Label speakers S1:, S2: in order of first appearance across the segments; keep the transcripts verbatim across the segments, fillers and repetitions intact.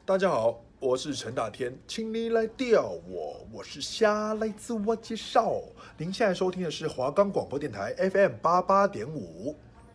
S1: 大家好，我是陈大天，请你来钓我，我是虾，来自我介绍。您现在收听的是华冈广播电台 F M 八八点五。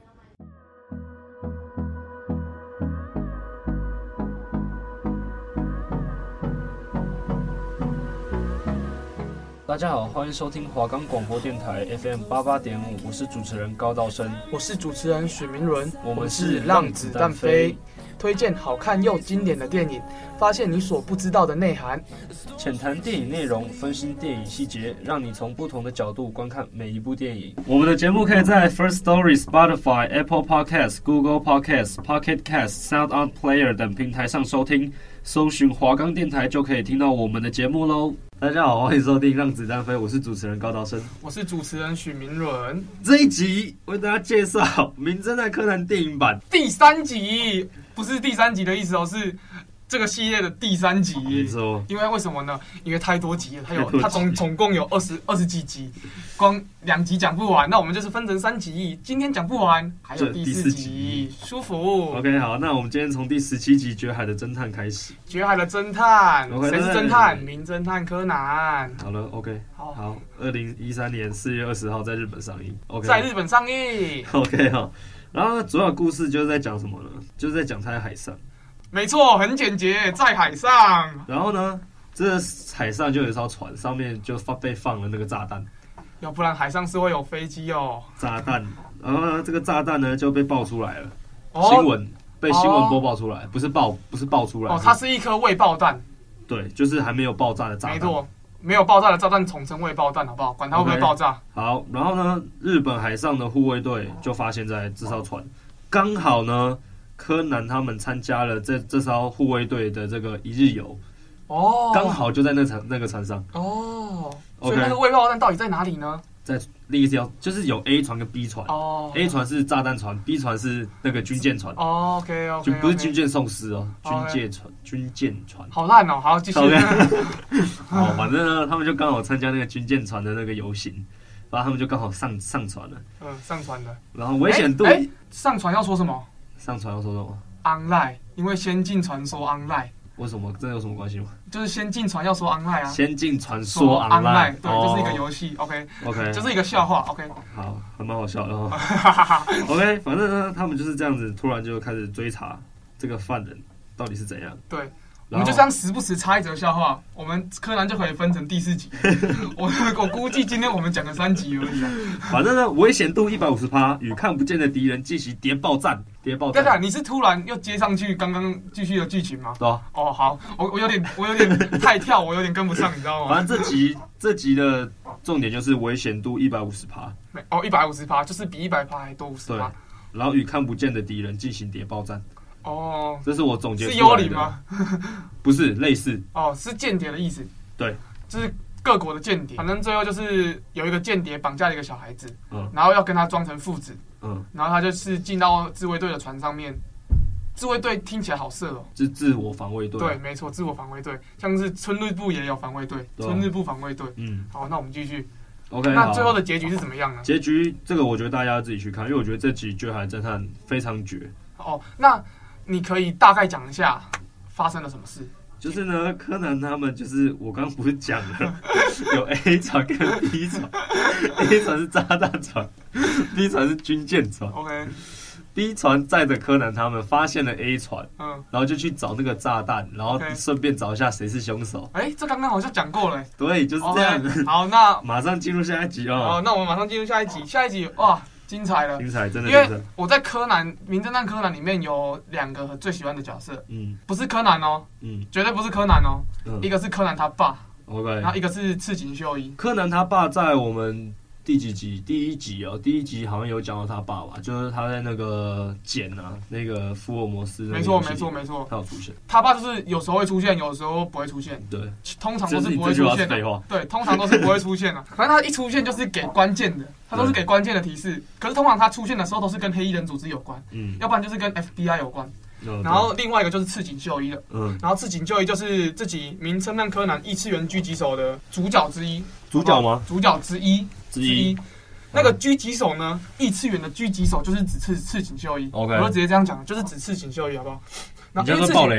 S2: 大家好，欢迎收听华冈广播电台 F M 八八点五，我是主持人高道生，
S3: 我是主持人许明伦，
S2: 我们
S3: 是
S2: 是
S3: 让子弹飞，推荐好看又经典的电影，发现你所不知道的内涵，
S2: 浅谈电影内容，分析电影细节，让你从不同的角度观看每一部电影。我们的节目可以在 First Story、Spotify、Apple Podcasts、Google Podcasts、Pocket Casts、Sound On Player 等平台上收听，搜寻华冈电台就可以听到我们的节目喽。大家好，欢迎收听《让子弹飞》，我是主持人高道生，
S3: 我是主持人许明伦。
S2: 这一集为大家介绍《名侦探柯南》电影版
S3: 第三集，不是第三集的意思哦，是这个系列的第三集。
S2: 没错，
S3: 因为为什么呢？因为太多集了，它有它总总共有二十二十几集，光两集讲不完，那我们就是分成三集，今天讲不完，还有第四集，舒服。
S2: OK， 好，那我们今天从第十七集《绝海的侦探》开始。
S3: 绝海的侦探，谁
S2: okay,
S3: 是侦探？名侦探柯南。
S2: 好了 ，OK， 好，好，二零一三年四月二十号在日本上映。OK，
S3: 在日本上映。
S2: OK， 好，然后主要故事就是在讲什么呢？就是在讲他在海上。
S3: 没错，很简洁，在海上。
S2: 然后呢，这海上就有一艘船，上面就放被放了那个炸弹。
S3: 要不然海上是会有飞机哦。
S2: 炸弹，然后呢，这个炸弹呢就被爆出来了，
S3: 哦、
S2: 新闻被新闻播报出来，哦、不是爆，不是爆出来。
S3: 哦，它是一颗未爆弹。
S2: 对，就是还没有爆炸的炸弹。
S3: 没错，没有爆炸的炸弹统称未爆弹，好不好？管它会不会爆炸。
S2: Okay, 好，然后呢，日本海上的护卫队就发现在这艘船，刚好呢，柯南他们参加了这这艘护卫队的这个一日游。哦，刚好就在那船那个船上。
S3: 哦，
S2: okay,
S3: 所以那个未爆弹到底在哪里呢？
S2: 在另一条，就是有 A 船跟 B 船。
S3: 哦
S2: ，A 船是炸弹船 ，B 船是那个军舰船。
S3: 哦 ，OK OK，, okay
S2: 不是军舰送尸哦，
S3: okay,
S2: 军舰船，军舰船。
S3: 好烂哦，好继续。
S2: Okay 好，反正呢，他们就刚好参加那个军舰船的那个游行，然后他们就刚好上上船了。
S3: 嗯，上船了。
S2: 然后危险度、
S3: 欸欸，上船要说什么？
S2: 上船要说什么
S3: ？Online， 因为仙境传说 Online。
S2: 为什么？这有什么关系吗？
S3: 就是仙境传要说 online 啊，
S2: 仙境传说 online，,
S3: online 对，
S2: 哦、
S3: 就是一个游戏 ，OK
S2: OK，
S3: 就是一个笑话 ，OK，
S2: 好，还蛮好笑的哦。OK， 反正呢，他们就是这样子，突然就开始追查这个犯人到底是怎样。
S3: 对，我们就这样时不时插一则笑话，我们柯南就可以分成第四集。我我估计今天我们讲了三集而已啊。
S2: 反正呢，危险度一百五十趴，与看不见的敌人进行谍报战。谍报战。
S3: 对对，你是突然又接上去刚刚继续的剧情吗？
S2: 对啊。
S3: 哦，好，我我有点我有点太跳，我有点跟不上，你知道吗？
S2: 反正这集这集的重点就是危险度一百五十趴。
S3: 哦，一百五十趴，就是比一百趴还多五十趴。
S2: 对。然后与看不见的敌人进行谍报战。
S3: 哦，
S2: 这是我总结出来的。
S3: 是幽灵吗？
S2: 不是，类似。
S3: 哦，是间谍的意思。
S2: 对，
S3: 就是各国的间谍。反正最后就是有一个间谍绑架了一个小孩子，
S2: 嗯，
S3: 然后要跟他装成父子，
S2: 嗯，
S3: 然后他就是进到自卫队的船上面。自卫队听起来好色哦，
S2: 是自我防卫队。
S3: 对，没错，自我防卫队，像是春日部也有防卫队，春日部防卫队。嗯，好，那我们继续。
S2: OK，
S3: 那最后的结局是怎么样呢？
S2: 结局这个我觉得大家要自己去看，因为我觉得这集《绝海侦探》非常绝。
S3: 哦，那你可以大概讲一下发生了什么事？
S2: 就是呢，柯南他们就是我刚刚不是讲了，有 A 船跟 B 船 ，A 船是炸弹船 ，B 船是军舰船。OK。B 船载着柯南他们发现了 A 船，嗯，然后就去找那个炸弹，然后顺便找一下谁是凶手。
S3: 哎、欸，这刚刚好像讲过了、欸。
S2: 对，就是这样。
S3: Okay, 好，那
S2: 马上进入下一集哦。
S3: 哦，那我们马上进入下一集。下一集哇，精彩了，
S2: 精彩，真的。
S3: 因为我在柯南《名侦探柯南》里面有两个最喜欢的角色，嗯，不是柯南哦，嗯，绝对不是柯南哦，嗯、一个是柯南他爸
S2: ，OK，
S3: 然后一个是赤井秀一。
S2: 柯南他爸在我们。第几集？第一集哦，第一集好像有讲到他爸爸，就是他在那个茧啊，那个福尔摩斯。
S3: 没错，没错，没错，
S2: 他有出现。
S3: 他爸就是有时候会出现，有时候不会出现。
S2: 对，
S3: 通常都是不会出现的。对，通常都是不会出现的。反正他一出现就是给关键的，他都是给关键的提示。可是通常他出现的时候都是跟黑衣人组织有关，嗯，要不然就是跟 F B I 有关。然后另外一个就是赤井秀一了，嗯，然后赤井秀一就是自己《名侦探柯南》异次元狙击手的主角之一。
S2: 主角吗？
S3: 主角之一
S2: 之一。
S3: 那个狙击手呢？异次元的狙击手就是指赤赤井秀一。OK， 我就直接这样讲，就是指赤井秀一，好不好？
S2: 你叫做暴雷吗？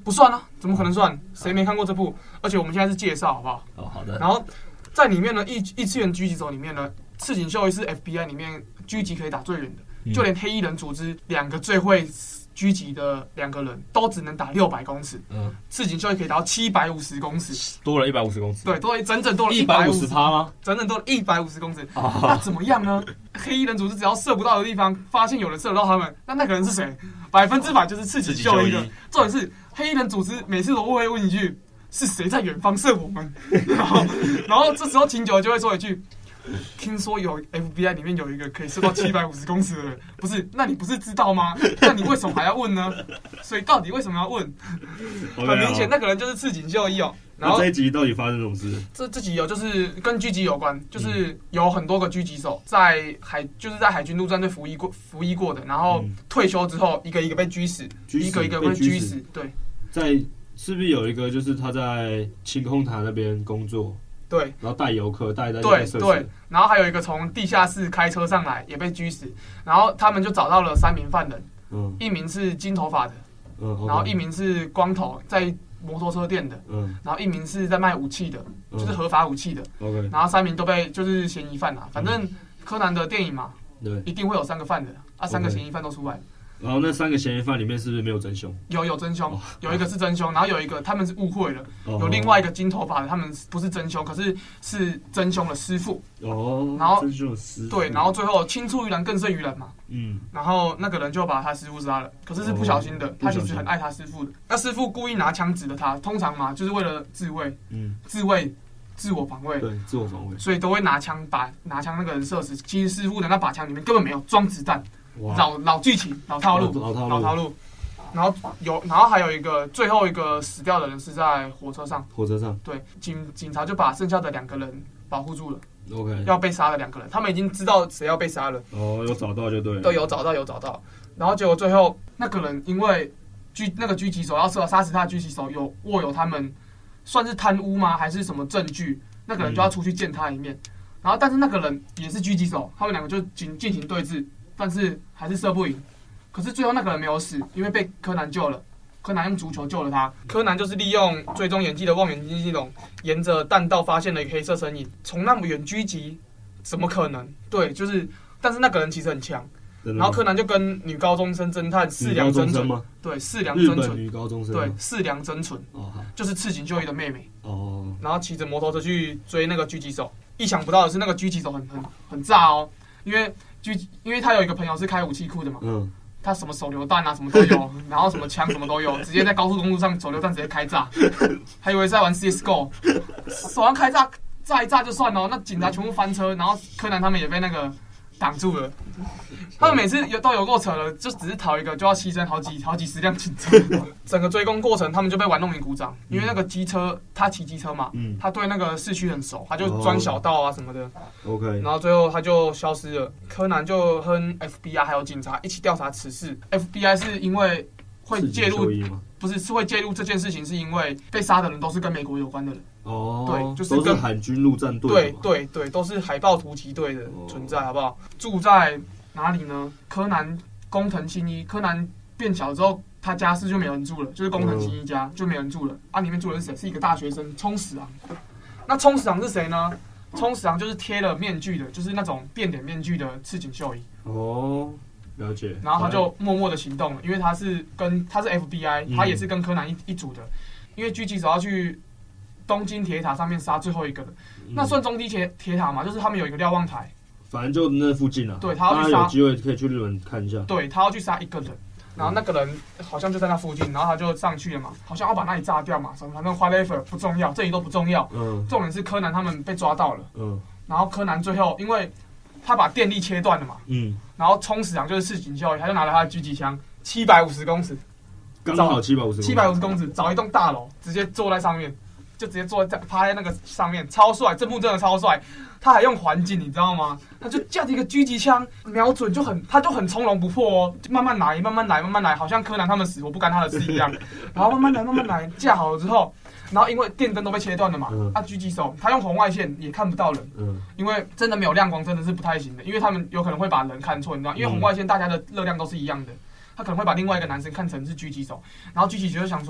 S3: 不算啊，怎么可能算？谁没看过这部？而且我们现在是介绍，好不好？
S2: 哦，好的。
S3: 然后在里面呢，异异次元狙击手里面呢，赤井秀一是 F B I 里面狙击可以打最远的，嗯、就连黑衣人组织两个最会狙击的两个人都只能打六百公尺，嗯，赤井秀一可以打到七百五十公尺，
S2: 多了一百五十公尺，
S3: 对，多了整整多了
S2: 一百五十趴吗？
S3: 整整多了一百五十公尺，哦、那怎么样呢？黑衣人组织只要射不到的地方，发现有人射得到他们，那那个人是谁？百分之百就是赤井秀一的。重点是黑衣人组织每次都会问一句：是谁在远方射我们？然后，然后这时候秦九就会说一句。听说有 F B I 里面有一个可以射到七百五十公尺的人，不是？那你不是知道吗？那你为什么还要问呢？所以到底为什么要问？很明显，那个人就是赤井秀一哦。然后
S2: 这一集到底发生什么事？
S3: 这这集有就是跟狙击有关，就是有很多个狙击手在海，就是在海军陆战队服役过服役过的，然后退休之后一个一个被狙死，一个一个被狙死。对，
S2: 在是不是有一个就是他在晴空塔那边工作？
S3: 对，
S2: 然后带游客带在
S3: 对对，然后还有一个从地下室开车上来也被狙死，然后他们就找到了三名犯人，嗯，一名是金头发的，嗯， okay. 然后一名是光头在摩托车店的，嗯，然后一名是在卖武器的，嗯、就是合法武器的 ，OK， 然后三名都被就是嫌疑犯啦，反正柯南的电影嘛，对，一定会有三个犯的，啊，三个嫌疑犯都出来了。
S2: 然后那三个嫌疑犯里面是不是没有真凶？
S3: 有有真凶，有一个是真凶，然后有一个他们是误会了，有另外一个金头发的，他们不是真凶，可是是真凶的师傅。
S2: 哦，
S3: 然后
S2: 真凶的师傅。
S3: 对，然后最后青出于蓝更胜于蓝嘛。嗯。然后那个人就把他师傅杀了，可是是不小心的，他其实很爱他师傅的。那师傅故意拿枪指着他，通常嘛就是为了自卫，嗯，自卫。自我防卫，
S2: 对，自我防卫，
S3: 所以都会拿枪把拿枪那个人射死。其实师傅的那把枪里面根本没有装子弹，老老剧情、老套路、
S2: 老套路、
S3: 老套路。然后有，然后还有一个最后一个死掉的人是在火车上。
S2: 火车上，
S3: 对，警警察就把剩下的两个人保护住了。
S2: OK，
S3: 要被杀的两个人，他们已经知道谁要被杀了。
S2: 哦，有找到就对了。
S3: 对，有找到，有找到。然后结果最后那个人因为狙那个狙击手要杀杀死他的狙击手有握有他们算是贪污吗？还是什么证据？那个人就要出去见他一面，嗯、然后但是那个人也是狙击手，他们两个就进进行对峙，但是还是射不赢。可是最后那个人没有死，因为被柯南救了。柯南用足球救了他。柯南就是利用追踪眼镜的望远镜系统，沿着弹道发现了一个黑色身影，从那么远狙击，怎么可能？对，就是，但是那个人其实很强。然后柯南就跟女高中生侦探四良真纯，对，四良真纯，
S2: 女高中生，
S3: 对，四良真纯，哦，就是赤井秀一的妹妹，哦，然后骑着摩托车去追那个狙击手，意想不到的是那个狙击手很很很炸哦，因为狙，因为他有一个朋友是开武器库的嘛，嗯，他什么手榴弹啊什么都有，然后什么枪什么都有，直接在高速公路上手榴弹直接开炸，还以为在玩 C S G O， 手上开炸炸一炸就算了，那警察全部翻车，然后柯南他们也被那个挡住了。他们每次有都有够扯了，就只是逃一个就要牺牲好几好几十辆警车。整个追攻过程，他们就被玩弄于股掌，因为那个机车他骑机车嘛，嗯、他对那个市区很熟，他就钻小道啊什么的。
S2: OK，
S3: 然后最后他就消失了。柯南就和 F B I 还有警察一起调查此事。F B I 是因为会介入，不是是会介入这件事情，是因为被杀的人都是跟美国有关的人。
S2: 哦，
S3: 对，就是
S2: 都是海军陆战队，
S3: 对对对，都是海豹突击队的存在，好不好？住在哪里呢？柯南工藤新一，柯南变小之后，他家室就没人住了，就是工藤新一家、嗯、就没人住了。啊，里面住的是谁？是一个大学生冲矢郎。那冲矢郎是谁呢？冲矢郎就是贴了面具的，就是那种变脸面具的赤井秀一。
S2: 哦，了解。
S3: 然后他就默默的行动了，因为他是跟他是 F B I，、嗯、他也是跟柯南一一组的。因为狙击手要去东京铁塔上面杀最后一个人，嗯、那算中低铁铁塔嘛？就是他们有一个瞭望台。反
S2: 正就那附近啊，
S3: 对，他要去杀，
S2: 有机会可以去日本看一下。
S3: 对，他要去杀一个人，然后那个人好像就在那附近，然后他就上去了嘛，好像要把那里炸掉嘛，什么反正 whatever 不重要，这里都不重要。嗯，重点是柯南他们被抓到了。嗯，然后柯南最后因为他把电力切断了嘛，嗯，然后冲矢郎就是赤井秀一，他就拿了他的狙击枪，七百五十公尺，
S2: 刚好七百五十，
S3: 七百五十公尺，找一栋大楼，直接坐在上面。就直接坐在趴在那个上面，超帅，这幕真的超帅。他还用环境，你知道吗？他就架着一个狙击枪，瞄准就很，他就很从容不迫哦，就慢慢来，慢慢来，慢慢来，好像柯南他们死活不干他的事一样。然后慢慢来，慢慢来，架好了之后，然后因为电灯都被切断了嘛，嗯、啊，狙击手他用红外线也看不到人，嗯，因为真的没有亮光，真的是不太行的，因为他们有可能会把人看错，你知道，因为红外线大家的热量都是一样的，他可能会把另外一个男生看成是狙击手，然后狙击手就想说。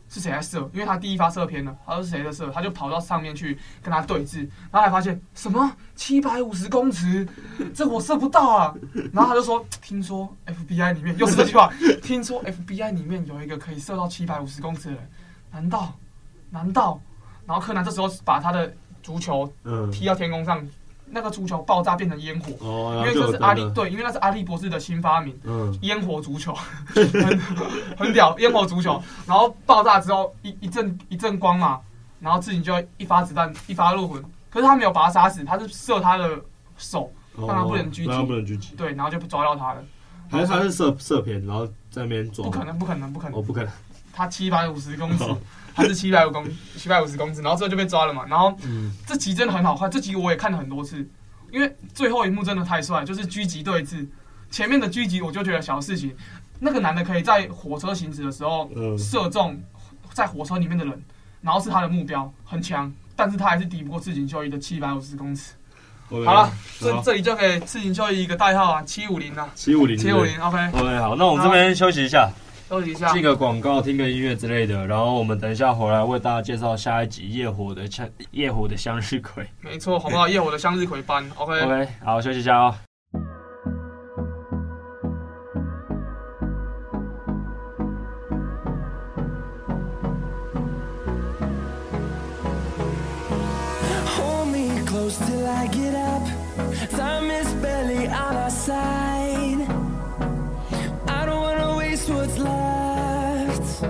S3: 是谁在射，因为他第一发射偏了，他说是谁在射，他就跑到上面去跟他对峙，然后还发现什么七百五十公尺，这我射不到啊，然后他就说，听说 F B I 里面又是这句话，听说 F B I 里面有一个可以射到七百五十公尺的人，难道难道？然后柯南这时候把他的足球踢到天空上。嗯，那个足球爆炸变成烟火，哦、因为这是阿力对，因为那是阿力博士的新发明，嗯，烟火足球，很很屌，烟火足球，然后爆炸之后一一阵一阵光嘛，然后自己就一发子弹一发入魂，可是他没有把他杀死，他是射他的手，让他不能狙击，
S2: 让他不能狙击，
S3: 对，然后就抓到他了。
S2: 还是他是射射偏，然后在那边抓？
S3: 不可能，不可能，不可能，
S2: 哦，不可能，
S3: 他七百五十公尺。还是七百五公七百五十公尺，然后之后就被抓了嘛。然后、嗯、这集真的很好看，这集我也看了很多次，因为最后一幕真的太帅，就是狙击对峙。前面的狙击我就觉得小事情，那个男的可以在火车行驶的时候、嗯、射中在火车里面的人，然后是他的目标，很强，但是他还是敌不过赤井秀一的七百五十公尺。Okay, 好了，这这里就给赤井秀一一个代号啊，七五零啊，
S2: 七五零，
S3: 七五零 ，OK。
S2: OK， 好，那我们这边休息一下。
S3: 休息一下，
S2: 进个广告，听个音乐之类的，然后我们等一下回来为大家介绍下一集夜火的向夜火的向日葵。
S3: 没错，好不好？夜火的向日葵班 ，OK。
S2: OK， 好，休息一下哦。
S4: Hold me close till I get up. Time is barely on our side. What's left?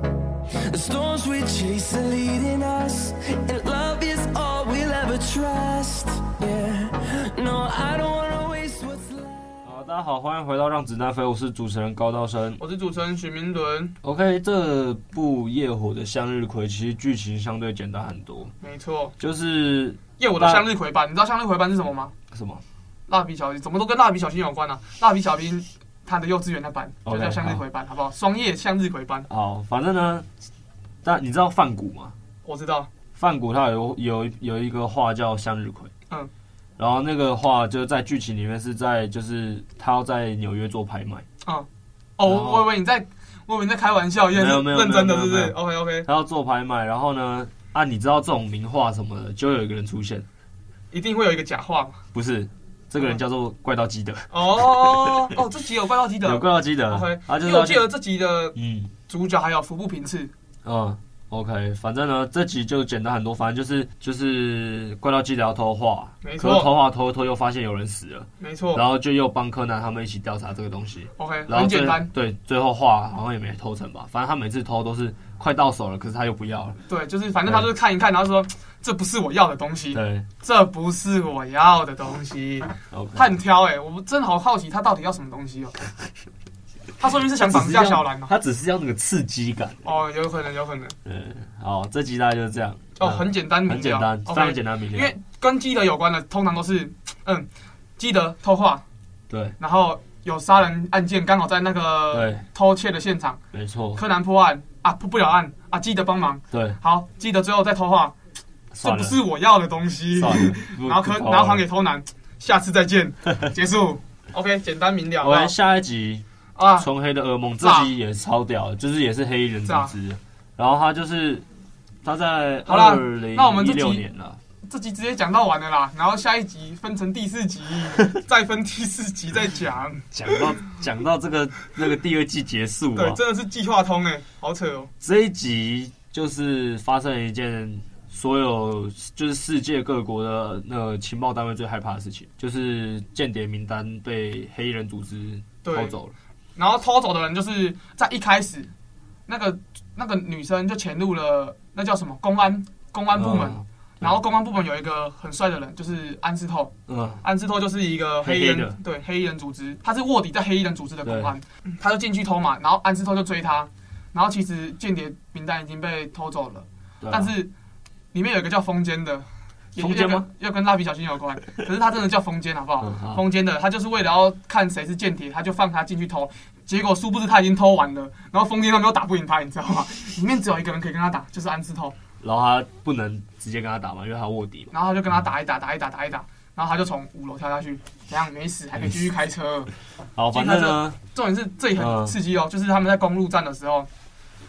S4: The storms we chase are leading us, and love is all we'll ever trust. Yeah, no, I don't wanna waste what's left.
S2: 好，大家好，欢迎回到《让子弹飞》，我是主持人高道生，
S3: 我是主持人许明伦。
S2: OK， 这部《夜火的向日葵》其实剧情相对简单很多。
S3: 没错，
S2: 就是
S3: 夜火的向日葵班。你知道向日葵班是什么吗？
S2: 什么？
S3: 蜡笔小新，怎么都跟蜡笔小新有关啊？蜡笔小新。他的幼稚园的班就叫向日葵班， okay, 好不好？双叶向日葵班。
S2: 好，反正呢，但你知道梵谷吗？
S3: 我知道。
S2: 梵谷他有有有一个画叫向日葵，嗯，然后那个画就在剧情里面是在就是他要在纽约做拍卖。嗯，
S3: 哦，我以为你在，我以为你在开玩笑，因为是认真的，是不是 ？OK OK。
S2: 他要做拍卖，然后呢，啊，你知道这种名画什么的，就有一个人出现，
S3: 一定会有一个假画嘛？
S2: 不是。这个人叫做怪盗基德。
S3: 哦哦，这集有怪盗基德，
S2: 有怪盗基德。
S3: OK， 啊，因为我记得这集的嗯主角还有服部平次。
S2: 嗯 ，OK， 反正呢这集就简单很多，反正就是就是怪盗基德要偷画，
S3: 没错，
S2: 可是偷画偷偷又发现有人死了，
S3: 没错，
S2: 然后就又帮柯南他们一起调查这个东西。
S3: OK，
S2: 然后
S3: 很简单。
S2: 对，最后画好像也没偷成吧，反正他每次偷都是快到手了，可是他又不要了。
S3: 对，就是反正他就是看一看，然后说。这不是我要的东西，
S2: 对，
S3: 这不是我要的东西。Okay. 他很挑哎、欸，我真的好好奇他到底要什么东西哦。他说明是想绑架小兰哦，
S2: 他只是要那个刺激感。
S3: 哦，有可能，有可能。
S2: 嗯，好，这集大概就是这样。
S3: 哦，很简单明了，
S2: 很简单，
S3: okay,
S2: 非常简单明了。
S3: 因为跟基德有关的，通常都是嗯，基德偷画，
S2: 对，
S3: 然后有杀人案件，刚好在那个偷窃的现场，
S2: 没错。
S3: 柯南破案啊，破不了案啊，基德帮忙，
S2: 对，
S3: 好，基德最后再偷画。这不是我要的东西，然后可然后还给偷男，下次再见，结束。OK， 简单明了。
S2: 我、okay, 下一集啊，纯黑的噩梦，这集也超屌，就是也是黑衣人组织，然后他就是他在二零一六年了。
S3: 这集直接讲到完了啦，然后下一集分成第四集，再分第四集再讲。
S2: 讲到讲到这个那个第二季结束、啊，
S3: 对，真的是计划通哎、欸，好扯哦。
S2: 这一集就是发生了一件。所有就是世界各国的那个情报单位最害怕的事情，就是间谍名单被黑衣人组织偷走了。
S3: 然后偷走的人就是在一开始，那个那个女生就潜入了那叫什么公安公安部门，嗯、然后公安部门有一个很帅的人，就是安室透。嗯，安室透就是一个黑衣人，黑黑对黑衣人组织，他是卧底在黑衣人组织的公安，他就进去偷嘛，然后安室透就追他，然后其实间谍名单已经被偷走了，啊、但是。里面有一个叫风间的，
S2: 风间吗？
S3: 要跟蜡笔小新有关，可是他真的叫风间，好不好？嗯、好风间的，他就是为了要看谁是间谍，他就放他进去偷，结果殊不知他已经偷完了，然后风间他没有打不赢他，你知道吗？里面只有一个人可以跟他打，就是安室透。
S2: 然后他不能直接跟他打嘛，因为他卧底嘛。
S3: 然后他就跟他打一打，打一打，打一打，然后他就从五楼跳下去，怎样没死，还可以继续开车。
S2: 好，反正呢，
S3: 重点是这里很刺激哦，嗯、就是他们在公路站的时候。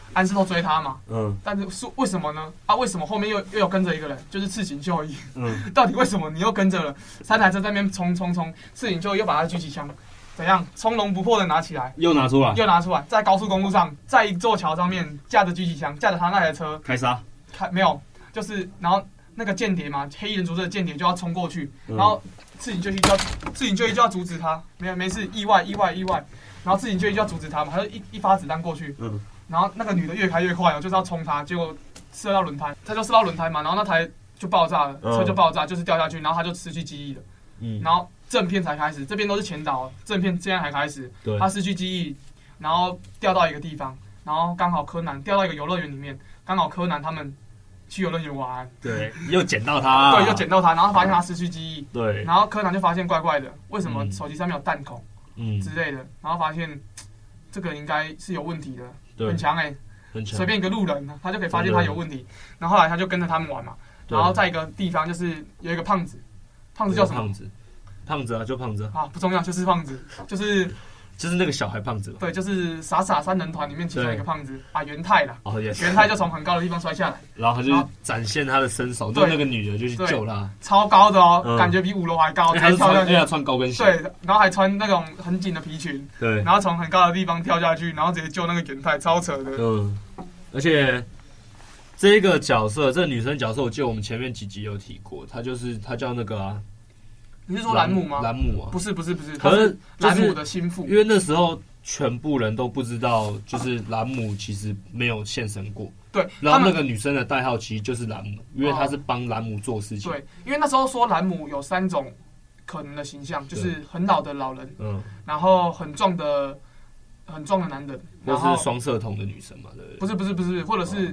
S3: 安室透追他嘛，
S2: 嗯，
S3: 但是是为什么呢？啊，为什么后面又又有跟着一个人，就是赤井秀一？
S2: 嗯，
S3: 到底为什么你又跟着了？三台车在那边冲冲冲，赤井秀一又把他的狙击枪怎样从容不迫的拿起来，
S2: 又拿出来，
S3: 又拿出来，在高速公路上，在一座桥上面架着狙击枪，架着他那台车
S2: 开杀，
S3: 开没有，就是然后那个间谍嘛，黑衣人组织的间谍就要冲过去，然后赤井秀一就要赤井秀一就要阻止他，没有没事，意外意外意外，然后赤井秀一就要阻止他嘛，他就一一发子弹过去，嗯。然后那个女的越开越快哦，就是要冲他，结果射到轮胎，他就射到轮胎嘛，然后那台就爆炸了，车就爆炸，就是掉下去，然后他就失去记忆了。嗯，然后正片才开始，这边都是前导，正片现在还开始，他失去记忆，然后掉到一个地方，然后刚好柯南掉到一个游乐园里面，刚好柯南他们去游乐园玩，
S2: 对，又捡到他，
S3: 对，又捡到他，然后发现他失去记忆，
S2: 对，
S3: 然后柯南就发现怪怪的，为什么手机上面有弹孔，嗯之类的，然后发现这个应该是有问题的。很强哎、欸，随便一个路人，他就可以发现他有问题。然后后来他就跟着他们玩嘛。然后在一个地方，就是有一个胖子，胖子叫什么？
S2: 胖子，胖子啊，就胖子啊。
S3: 啊，不重要，就是胖子，就是
S2: 就是那个小孩胖子。
S3: 对，就是傻傻三人团里面其中一个胖子啊，元太啦。
S2: 哦，也是。
S3: 元太就从很高的地方摔下来，
S2: 然后他就展现他的身手，对那个女的就去救他。
S3: 超高的哦，嗯、感觉比五楼还高。
S2: 他是穿，他穿高跟鞋。
S3: 对，然后还穿那种很紧的皮裙。
S2: 对。
S3: 然后从很高的地方跳下去，然后直接救那个元太，超扯的。
S2: 嗯，而且这个角色，这个女生角色，我记得我们前面几集有提过，她就是她叫那个啊。
S3: 你是说兰姆吗？
S2: 兰姆啊，
S3: 不是不是不是，她是兰姆的心腹。
S2: 因为那时候全部人都不知道，就是兰姆其实没有现身过。
S3: 对，
S2: 然后那个女生的代号其实就是兰姆，因为她是帮兰姆做事情。
S3: 对，因为那时候说兰姆有三种可能的形象，就是很老的老人，嗯，然后很壮的很壮的男人，
S2: 或是双色瞳的女生嘛，对不对？
S3: 不是不是不是，或者是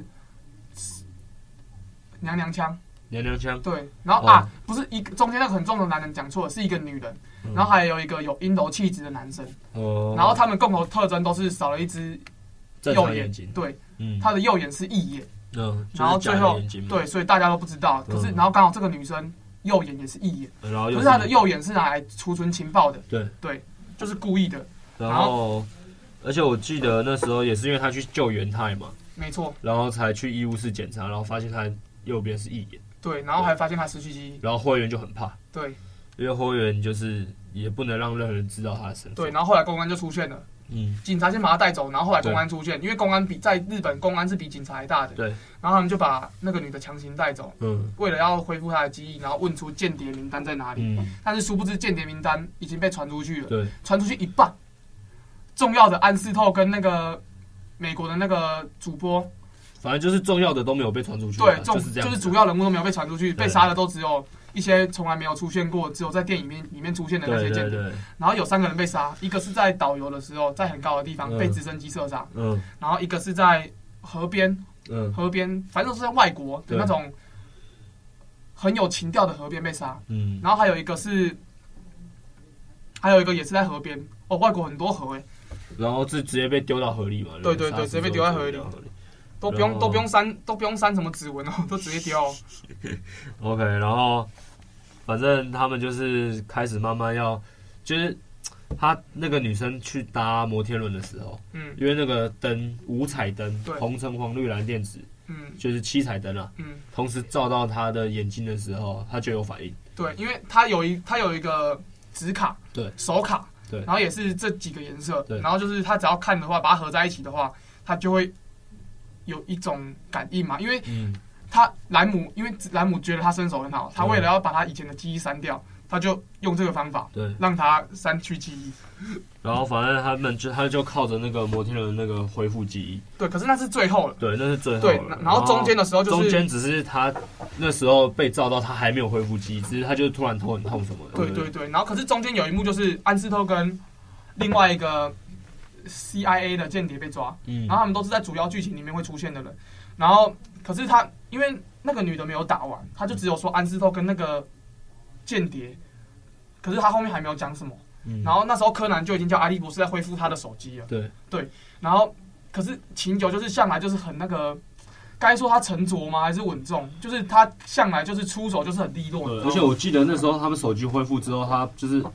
S3: 娘娘腔。
S2: 娘娘腔
S3: 对，然后、哦、啊，不是一个中间那个很重的男人讲错了，是一个女人，嗯、然后还有一个有阴柔气质的男生，哦，然后他们共同特征都是少了一只右眼睛，对，嗯，他的右眼是异眼，嗯，然后最后对，所以大家都不知道，可是、嗯、然后刚好这个女生右眼也是异眼，然后可是她的右眼是拿来储存情报的，
S2: 对
S3: 对，就是故意的，
S2: 然后而且我记得那时候也是因为他去救元太嘛，
S3: 没错，
S2: 然后才去医务室检查，然后发现他右边是异眼。
S3: 对，然后还发现他失去记忆，
S2: 然后后援就很怕，
S3: 对，
S2: 因为后援就是也不能让任何人知道他的身份。
S3: 对，然后后来公安就出现了，嗯，警察先把他带走，然后后来公安出现，因为公安比在日本公安是比警察还大的，
S2: 对，
S3: 然后他们就把那个女的强行带走，嗯，为了要恢复她的记忆，然后问出间谍名单在哪里，嗯，但是殊不知间谍名单已经被传出去了，
S2: 对，
S3: 传出去一半，重要的安室透跟那个美国的那个主播。
S2: 反正就是重要的都没有被传出去，
S3: 对，
S2: 就是这样，
S3: 就是主要人物都没有被传出去，被杀的都只有一些从来没有出现过，只有在电影里面里面出现的那些间谍。然后有三个人被杀，一个是在导游的时候，在很高的地方被直升机射杀，嗯，然后一个是在河边，嗯，河边，反正都是在外国的那种很有情调的河边被杀，嗯，然后还有一个是，还有一个也是在河边，哦，外国很多河哎，
S2: 然后是直接被丢到河里嘛，
S3: 对对对，直接被丢在河里。都不用都不用删都不用删什么指纹哦，都直接丢、哦。
S2: OK， 然后反正他们就是开始慢慢要，就是他那个女生去搭摩天轮的时候，嗯，因为那个灯五彩灯，红橙黄绿蓝靛紫，嗯，就是七彩灯啊，嗯，同时照到他的眼睛的时候，他就有反应。
S3: 对，因为他有一他有一个纸卡，
S2: 对，
S3: 手卡，对，然后也是这几个颜色，对，然后就是他只要看的话，把它合在一起的话，他就会。有一种感应嘛，因为他兰姆，因为兰姆觉得他身手很好，他为了要把他以前的记忆删掉，他就用这个方法，对，让他删去记忆。
S2: 然后反正他们就他就靠着那个摩天轮那个恢复记忆。
S3: 对，可是那是最后了。
S2: 对，那是最后了。
S3: 对，然后中间的时候就是
S2: 中间只是他那时候被照到，他还没有恢复记忆，只是他就突然头很痛什么的。
S3: 对对对，然后可是中间有一幕就是安室透跟另外一个。C I A 的间谍被抓，嗯，然后他们都是在主要剧情里面会出现的人，然后可是他因为那个女的没有打完，他就只有说安室透跟那个间谍，可是他后面还没有讲什么，嗯，然后那时候柯南就已经叫阿笠博士在恢复他的手机了，
S2: 对
S3: 对，然后可是秦九就是向来就是很那个，该说他沉着吗还是稳重，就是他向来就是出手就是很利落的，
S2: 而且我记得那时候他们手机恢复之后，他就是。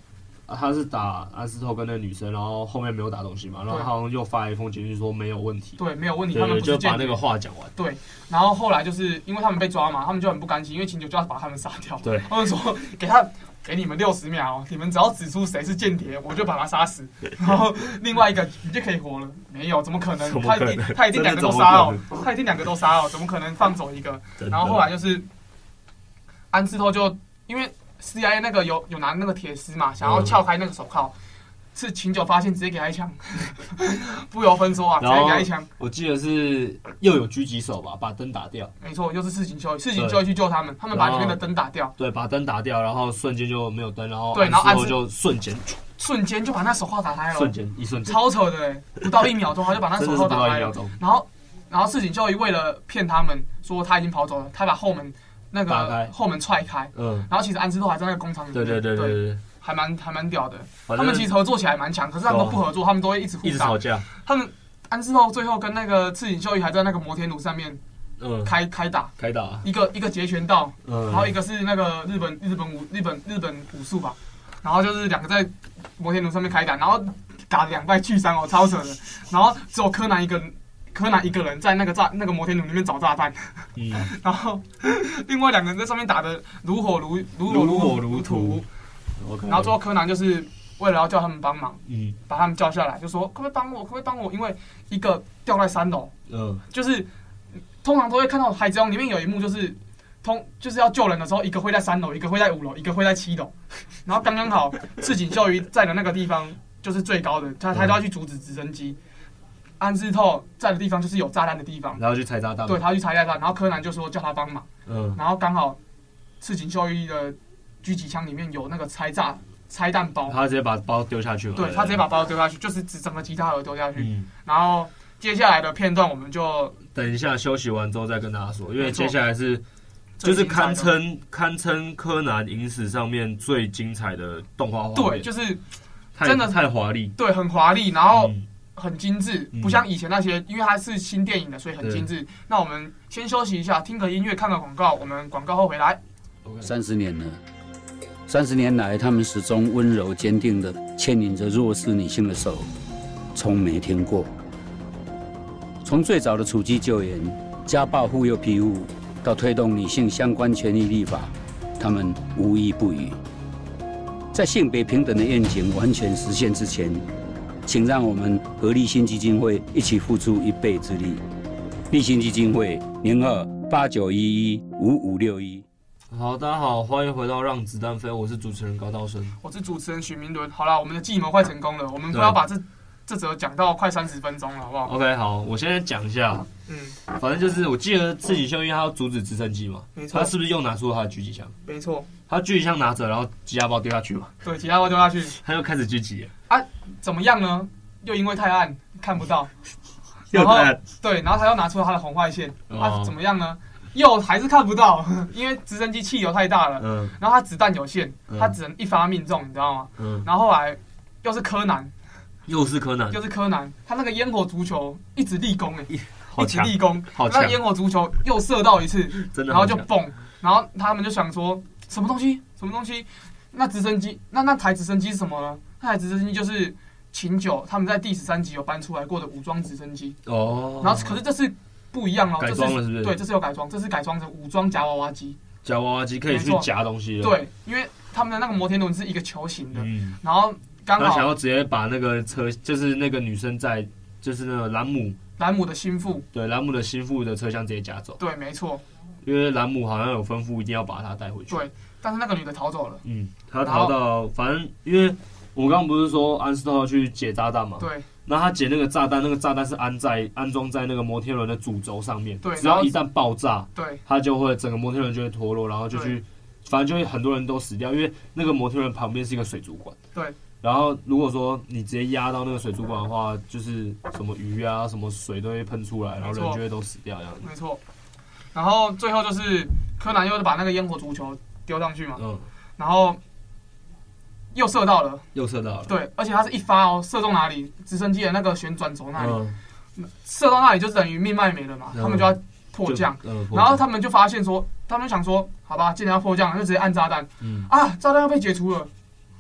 S2: 啊、他是打安斯透跟那个女生，然后后面没有打东西嘛，然后他好像又发一封简讯说没有问题，
S3: 对，没有问题，
S2: 对
S3: 他们不是
S2: 就把那个话讲完。
S3: 对，然后后来就是因为他们被抓嘛，他们就很不甘心，因为秦九就要把他们杀掉。
S2: 对，
S3: 他们说给他给你们六十秒，你们只要指出谁是间谍，我就把他杀死，然后另外一个你就可以活了。没有，怎么可能？
S2: 怎么可能
S3: 他一定他一定两个都杀哦，他一定两个都杀哦，怎么可能放走一个？然后后来就是安斯透就因为 C I A 那个有有拿那个铁丝嘛，想要撬开那个手铐。是秦九发现，直接给他一枪，不由分说啊，直接给他一枪。
S2: 我记得是又有狙击手吧，把灯打掉。
S3: 没错，又是赤井秀一，赤井秀一去救他们，他们把里面的灯打掉。
S2: 对，把灯打掉，然后瞬间就没有灯，然后
S3: 对，然后安斯
S2: 就瞬间
S3: 瞬间就把那手铐打开了，
S2: 瞬间一瞬间，
S3: 超扯的哎，不到一秒钟他就把那手铐打开了。然后然后赤井秀一为了骗他们说他已经跑走了，他把后门那个后门踹开，嗯，然后其实安斯透还在那个工厂里面，
S2: 对对对对对。
S3: 还蛮还蛮屌的，他们其实合作起来蛮强，可是他们都不合作，他们都会一直互
S2: 一直吵架。
S3: 他们安斯透最后跟那个赤井秀一还在那个摩天轮上面，嗯，开开打，
S2: 开打，
S3: 一个一个截拳道，嗯，然后一个是那个日本日本武日本日本武术吧，然后就是两个在摩天轮上面开打，然后打两败俱伤哦，超扯的。然后只有柯南一个柯南一个人在那个炸那个摩天轮里面找炸弹，嗯，然后另外两个人在上面打得如火如如火如火如荼。Okay. 然后最后柯南就是为了要叫他们帮忙，嗯，把他们叫下来，就说可不可以帮我，可不可以帮我？因为一个掉在三楼，嗯，就是通常都会看到《海贼王》里面有一幕，就是通就是要救人的时候，一个会在三楼，一个会在五楼，一个会在七楼，然后刚刚好赤井秀一在的那个地方就是最高的，他他就要去阻止直升机。安斯透在的地方就是有炸弹的地方，
S2: 然后去拆炸弹，
S3: 对，他去拆炸弹，然后柯南就说叫他帮忙，嗯，然后刚好赤井秀一的狙击枪里面有那个拆炸拆弹包，
S2: 他直接把包丢下去了。
S3: 对，他直接把包丢下去，就是指整个吉他盒丢下去。嗯，然后接下来的片段我们就
S2: 等一下休息完之后再跟大家说，因为接下来是就是堪称堪称柯南影史上面最精彩的动画画面。
S3: 对，就是真的
S2: 太华丽，
S3: 对，很华丽，然后很精致，不像以前那些，因为它是新电影的，所以很精致。那我们先休息一下，听个音乐，看个广告，我们广告后回来。
S5: 三十年了。三十年来，他们始终温柔坚定地牵引着弱势女性的手，从没停过。从最早的处机救援、家暴妇幼庇护，到推动女性相关权益立法，他们无一不语。在性别平等的愿景完全实现之前，请让我们和立新基金会一起付出一臂之力。立新基金会零二八九一一五五六一。
S2: 好，大家好，欢迎回到《让子弹飞》，我是主持人高道生，
S3: 我是主持人许明伦。好啦，我们的计谋快成功了，我们不要把这这则讲到快三十分钟了，好不好
S2: ？OK， 好，我现在讲一下，嗯，反正就是我记得赤井秀一他要阻止直升机嘛，
S3: 没错，
S2: 他是不是又拿出了他的狙击枪？
S3: 没错，
S2: 他狙击枪拿着，然后吉他包丢下去嘛，
S3: 对，吉他包丢下去，
S2: 他又开始狙击
S3: 啊，怎么样呢？又因为太暗看不到，然后对，然后他又拿出了他的红外线，哦、啊，怎么样呢？又还是看不到，因为直升机气流太大了，嗯，然后他子弹有限，嗯、他只能一发命中，你知道吗？嗯，然后后来又是柯南，
S2: 又是柯南，
S3: 又是柯南，他那个烟火足球一直立功哎、欸，
S2: 一
S3: 直立功，
S2: 好强，
S3: 那烟火足球又射到一次，
S2: 真的，
S3: 然后就蹦，然后他们就想说什么东西，什么东西？那直升机，那那台直升机是什么呢？那台直升机就是秦九他们在第十三集有搬出来过的武装直升机哦，然后可是这是。不一样哦，
S2: 改装了是不是？
S3: 对，这是有改装，这是改装成武装夹娃娃机。
S2: 夹娃娃机可以去夹东西了。
S3: 对，因为他们的那个摩天轮是一个球形的，嗯、然后刚好
S2: 他想要直接把那个车，就是那个女生在，就是那个兰姆，
S3: 兰姆的心腹，
S2: 对，兰姆的心腹的车厢直接夹走。
S3: 对，没错。
S2: 因为兰姆好像有吩咐一定要把她带回去。
S3: 对，但是那个女的逃走了。
S2: 嗯，她逃到，反正因为我刚刚不是说安斯透要去解炸弹嘛？
S3: 对。
S2: 那他解那个炸弹，那个炸弹是安在安装在那个摩天轮的主轴上面，
S3: 对，
S2: 只要一旦爆炸，
S3: 对，
S2: 它就会整个摩天轮就会脱落，然后就去，反正就会很多人都死掉，因为那个摩天轮旁边是一个水族馆，
S3: 对，
S2: 然后如果说你直接压到那个水族馆的话，就是什么鱼啊、什么水都会喷出来，然后人就会都死掉这样子，
S3: 没错。然后最后就是柯南又把那个烟火足球丢上去嘛，嗯，然后。又射到了，
S2: 又射到了。
S3: 对，而且它是一发哦，射中哪里？直升机的那个旋转轴那里，嗯、射到那里就等于命脉没了嘛，嗯、他们就要迫降。嗯、然后他们就发现说，他们想说，好吧，既然要迫降，就直接按炸弹。嗯、啊，炸弹要被解除了，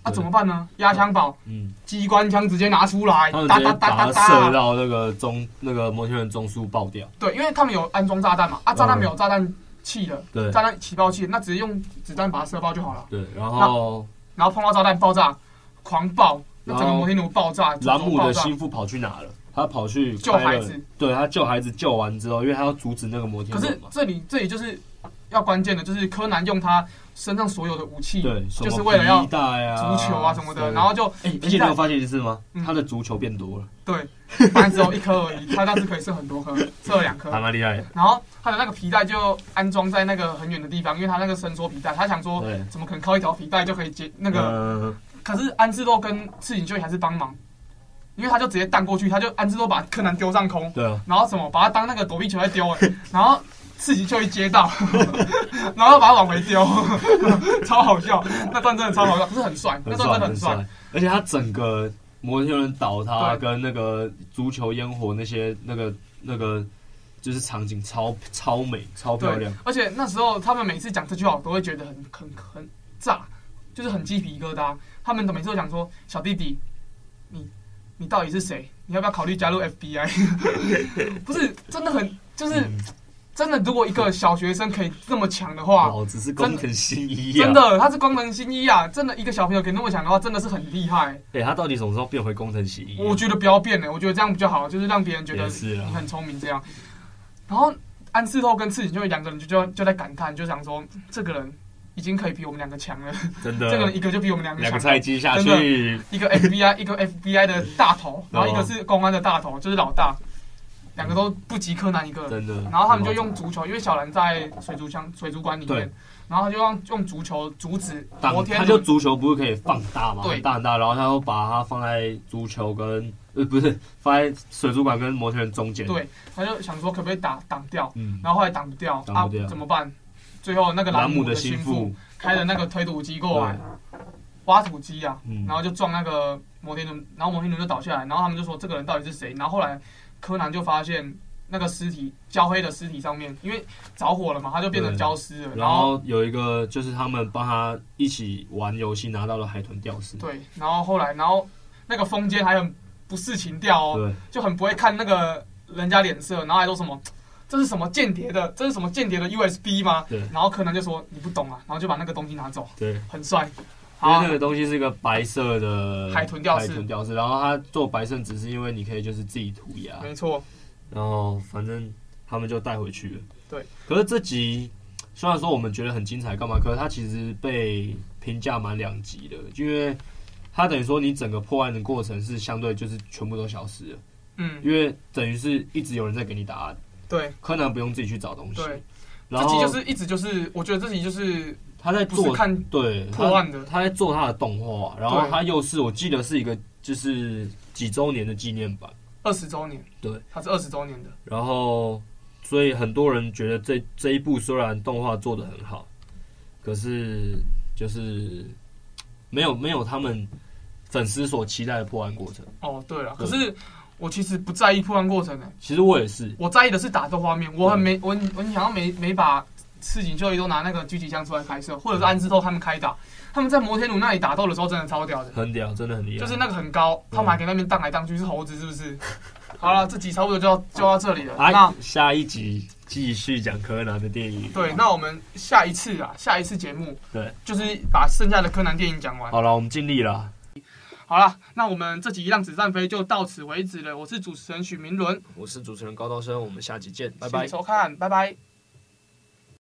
S3: 啊，怎么办呢？压枪堡，嗯，机关枪直接拿出来，
S2: 哒哒哒哒，射到那个中那个摩天轮中枢爆掉。
S3: 对，因为他们有安装炸弹嘛，啊，炸弹没有炸弹器的，对，炸弹起爆器，那直接用子弹把它射爆就好了。
S2: 对，然后
S3: 然后碰到炸弹爆炸，狂爆，那整个摩天轮爆炸。
S2: 兰姆的心腹跑去哪了？他跑去
S3: 救孩子。
S2: 对，他救孩子救完之后，因为他要阻止那个摩天轮嘛。
S3: 可是这里这里就是要关键的，就是柯南用他身上所有的武器，
S2: 对，
S3: 就是为了要
S2: 足
S3: 球啊什么的，然后就
S2: 哎，而且你有发现一件事吗？他的足球变多了。
S3: 对，本来只有一颗而已，他当时可以射很多颗，射了两颗，
S2: 还蛮厉害的。
S3: 然后他的那个皮带就安装在那个很远的地方，因为他那个伸缩皮带，他想说怎么可能靠一条皮带就可以接那个？可是安室透跟赤井秀还是帮忙。因为他就直接弹过去，他就安室透把柯南丢上空，
S2: 对啊，
S3: 然后什么把他当那个躲避球在丢，然后赤井秀一接到，然后把他往回丢，超好笑，那段真的超好笑，可是很帅，那段真的很帅，
S2: 而且他整个摩天轮倒塌跟那个足球烟火那些那个那个就是场景超超美超漂亮，
S3: 而且那时候他们每次讲这句话，我都会觉得很很很炸，就是很鸡皮疙瘩，他们都每次都讲说小弟弟，你。你到底是谁？你要不要考虑加入 F B I？ 不是，真的很就是、嗯、真的。如果一个小学生可以这么强的话，
S2: 老子是工藤新一啊！
S3: 真的，他是工藤新一啊！真的，一个小朋友可以那么强的话，真的是很厉害。
S2: 哎、欸，他到底什么时候变回工藤新一、啊？
S3: 我觉得不要变了，我觉得这样比较好，就是让别人觉得你很聪明这样。然后安室透跟赤井秀两个人就就就在感叹，就想说这个人。已经可以比我们两个强了，
S2: 真的。
S3: 这个人一个就比我们两个强，
S2: 两个菜鸡下去，
S3: 一个 F B I， 一个 F B I 的大头，然后一个是公安的大头，就是老大，两个都不及柯南一个。
S2: 真的。
S3: 然后他们就用足球，因为小兰在水族箱、水族馆里面，然后他就用用足球阻止摩天轮。
S2: 他就足球不是可以放大嘛，很大很大，然后他就把它放在足球跟呃不是放在水族馆跟摩天轮中间。
S3: 对，他就想说可不可以打挡掉，嗯，然后后来挡不掉，挡不掉、啊、怎么办？最后那个兰姆的心腹开了那个推土机过来，挖土机啊，嗯、然后就撞那个摩天轮，然后摩天轮就倒下来，然后他们就说这个人到底是谁？然后后来柯南就发现那个尸体焦黑的尸体上面，因为着火了嘛，他就变成焦尸了。
S2: 然后有一个就是他们帮他一起玩游戏拿到了海豚吊饰。
S3: 对，然后后来然后那个风间还很不识情调哦，就很不会看那个人家脸色，然后还说什么。这是什么间谍的？这是什么间谍的 U S B 吗？对。然后柯南就说你不懂啊，然后就把那个东西拿走。
S2: 对，
S3: 很帅。
S2: 因为那个东西是一个白色的
S3: 海豚吊饰。
S2: 海豚吊饰，然后它做白色只是因为你可以就是自己涂鸦。
S3: 没错。
S2: 然后反正他们就带回去了。
S3: 对。
S2: 可是这集虽然说我们觉得很精彩，干嘛？可是它其实被评价蛮两极的，因为它等于说你整个破案的过程是相对就是全部都消失了。嗯。因为等于是一直有人在给你答案。
S3: 对，
S2: 柯南不用自己去找东西。
S3: 对，这集就是一直就是，我觉得这集就是
S2: 他在做
S3: 看
S2: 对
S3: 破案的，
S2: 他在做他的动画，然后他又是我记得是一个就是几周年的纪念版，
S3: 二十周年，
S2: 对，
S3: 他是二十周年的。
S2: 然后，所以很多人觉得这这一部虽然动画做得很好，可是就是没有没有他们粉丝所期待的破案过程。
S3: 哦，对了，可是。我其实不在意破案过程的、欸，
S2: 其实我也是，
S3: 我在意的是打斗画面。我很没我我想要没没把赤井秀一都拿那个狙击枪出来拍摄，或者是安室透他们开打，他们在摩天轮那里打斗的时候真的超屌的，
S2: 很屌，真的很厉害。
S3: 就是那个很高，他们还给那边荡来荡去，是猴子是不是？好了，这集差不多就要就到这里了。那
S2: 下一集继续讲柯南的电影。
S3: 对，那我们下一次啊，下一次节目
S2: 对，
S3: 就是把剩下的柯南电影讲完。
S2: 好了，我们尽力了。
S3: 好了，那我们这集《让子弹飞》就到此为止了。我是主持人许明伦，
S2: 我是主持人高道生，我们下集见，拜拜。
S3: 谢谢收看，拜拜。